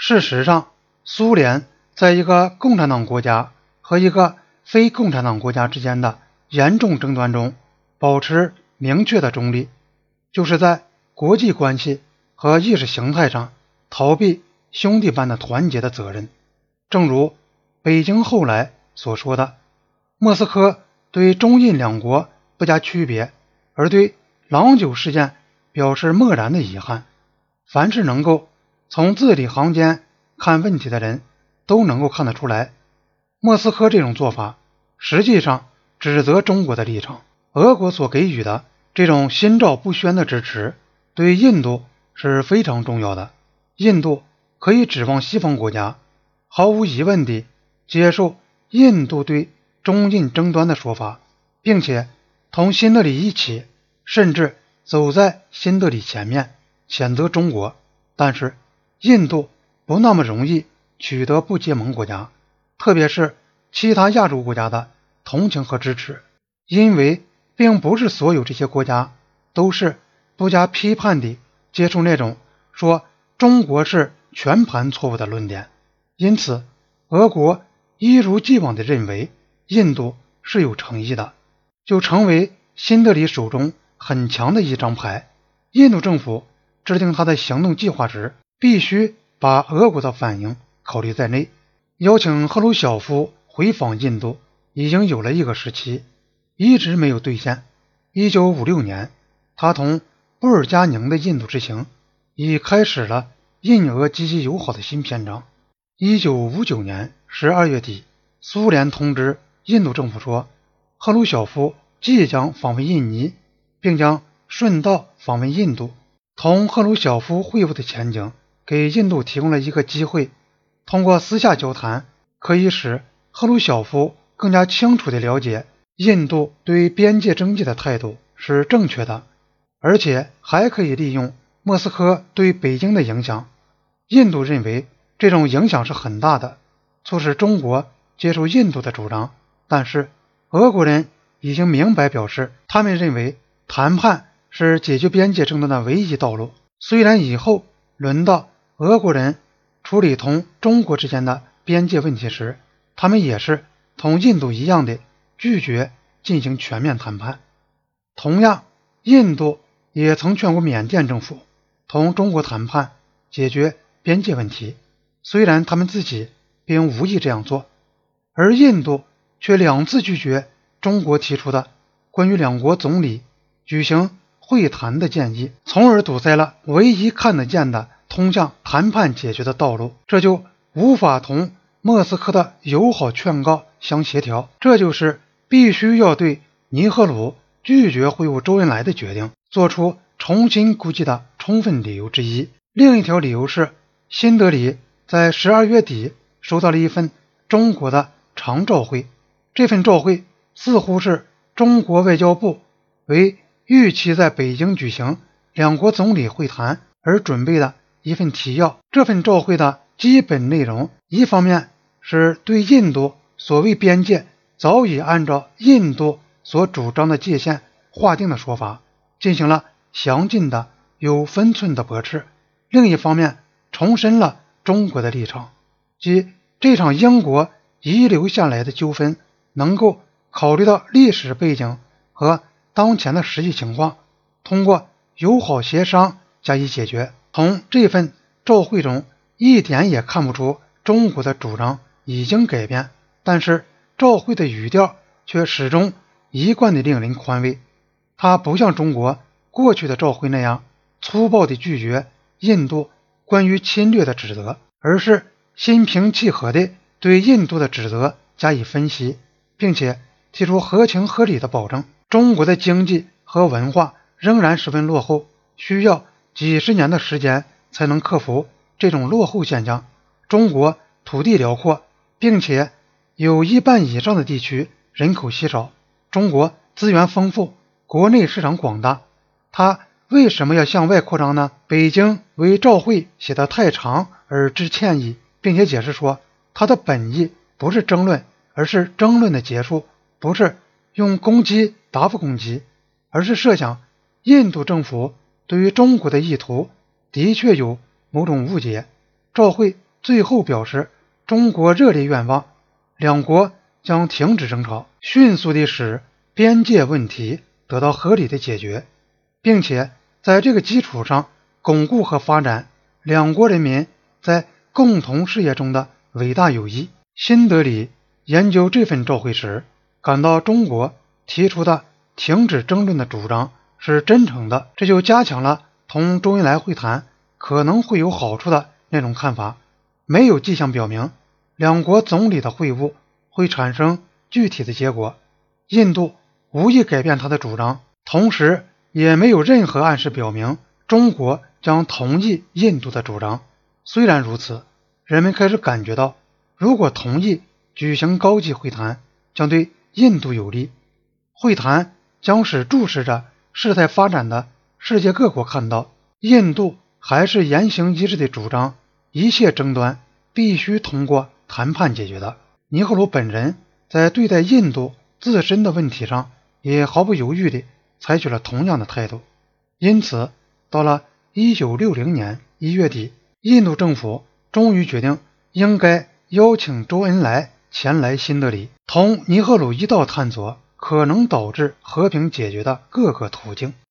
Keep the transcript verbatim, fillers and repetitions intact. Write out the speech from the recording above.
事实上，苏联在一个共产党国家和一个非共产党国家之间的严重争端中保持明确的中立，就是在国际关系和意识形态上逃避兄弟般的团结的责任。正如北京后来所说的，莫斯科对中印两国不加区别，而对郎酒事件表示漠然的遗憾。凡是能够从字里行间看问题的人都能够看得出来，莫斯科这种做法实际上指责中国的立场。俄国所给予的这种心照不宣的支持对印度是非常重要的。印度可以指望西方国家毫无疑问地接受印度对中印争端的说法，并且同新德里一起，甚至走在新德里前面谴责中国。但是印度不那么容易取得不结盟国家，特别是其他亚洲国家的同情和支持，因为并不是所有这些国家都是不加批判地接受那种说中国是全盘错误的论点。因此俄国一如既往地认为印度是有诚意的，就成为新德里手中很强的一张牌。印度政府制定他的行动计划时，必须把俄国的反应考虑在内。邀请赫鲁晓夫回访印度已经有了一个时期，一直没有兑现。一九五六年，他同布尔加宁的印度之行已开始了印俄积极友好的新篇章。一九五九年十二月底，苏联通知印度政府说，赫鲁晓夫即将访问印尼，并将顺道访问印度。同赫鲁晓夫会晤的前景给印度提供了一个机会，通过私下交谈可以使赫鲁晓夫更加清楚地了解印度对边界争议的态度是正确的，而且还可以利用莫斯科对北京的影响。印度认为这种影响是很大的，促使中国接受印度的主张。但是俄国人已经明白表示，他们认为谈判是解决边界争端的唯一道路。虽然以后轮到俄国人处理同中国之间的边界问题时，他们也是同印度一样的拒绝进行全面谈判。同样，印度也曾劝过缅甸政府同中国谈判解决边界问题，虽然他们自己并无意这样做，而印度却两次拒绝中国提出的关于两国总理举行会谈的建议，从而堵塞了唯一看得见的通向谈判解决的道路，这就无法同莫斯科的友好劝告相协调。这就是必须要对尼赫鲁拒绝会晤周恩来的决定做出重新估计的充分理由之一。另一条理由是，新德里在十二月底收到了一份中国的长照会，这份照会似乎是中国外交部为预期在北京举行两国总理会谈而准备的一份提要。这份照会的基本内容，一方面是对印度所谓边界早已按照印度所主张的界限划定的说法进行了详尽的有分寸的驳斥，另一方面重申了中国的立场，即这场英国遗留下来的纠纷能够考虑到历史背景和当前的实际情况，通过友好协商加以解决。从这份照会中一点也看不出中国的主张已经改变，但是照会的语调却始终一贯的令人宽慰。它不像中国过去的照会那样粗暴地拒绝印度关于侵略的指责，而是心平气和地对印度的指责加以分析，并且提出合情合理的保证。中国的经济和文化仍然十分落后，需要几十年的时间才能克服这种落后现象。中国土地辽阔，并且有一半以上的地区人口稀少，中国资源丰富，国内市场广大，它为什么要向外扩张呢？北京为照会写得太长而致歉意，并且解释说，它的本意不是争论，而是争论的结束，不是用攻击答复攻击，而是设想印度政府对于中国的意图的确有某种误解。照会最后表示中国热烈愿望两国将停止争吵，迅速地使边界问题得到合理的解决，并且在这个基础上巩固和发展两国人民在共同事业中的伟大友谊。新德里研究这份照会时，感到中国提出的停止争论的主张是真诚的，这就加强了同周恩来会谈可能会有好处的那种看法。没有迹象表明两国总理的会晤会产生具体的结果，印度无意改变他的主张，同时也没有任何暗示表明中国将同意印度的主张。虽然如此，人们开始感觉到，如果同意举行高级会谈，将对印度有利。会谈将使注视着事态发展的世界各国看到，印度还是言行一致的主张，一切争端必须通过谈判解决的。尼赫鲁本人在对待印度自身的问题上也毫不犹豫地采取了同样的态度。因此，到了一九六零年一月底，印度政府终于决定应该邀请周恩来前来新德里，同尼赫鲁一道探索可能导致和平解决的各个途径。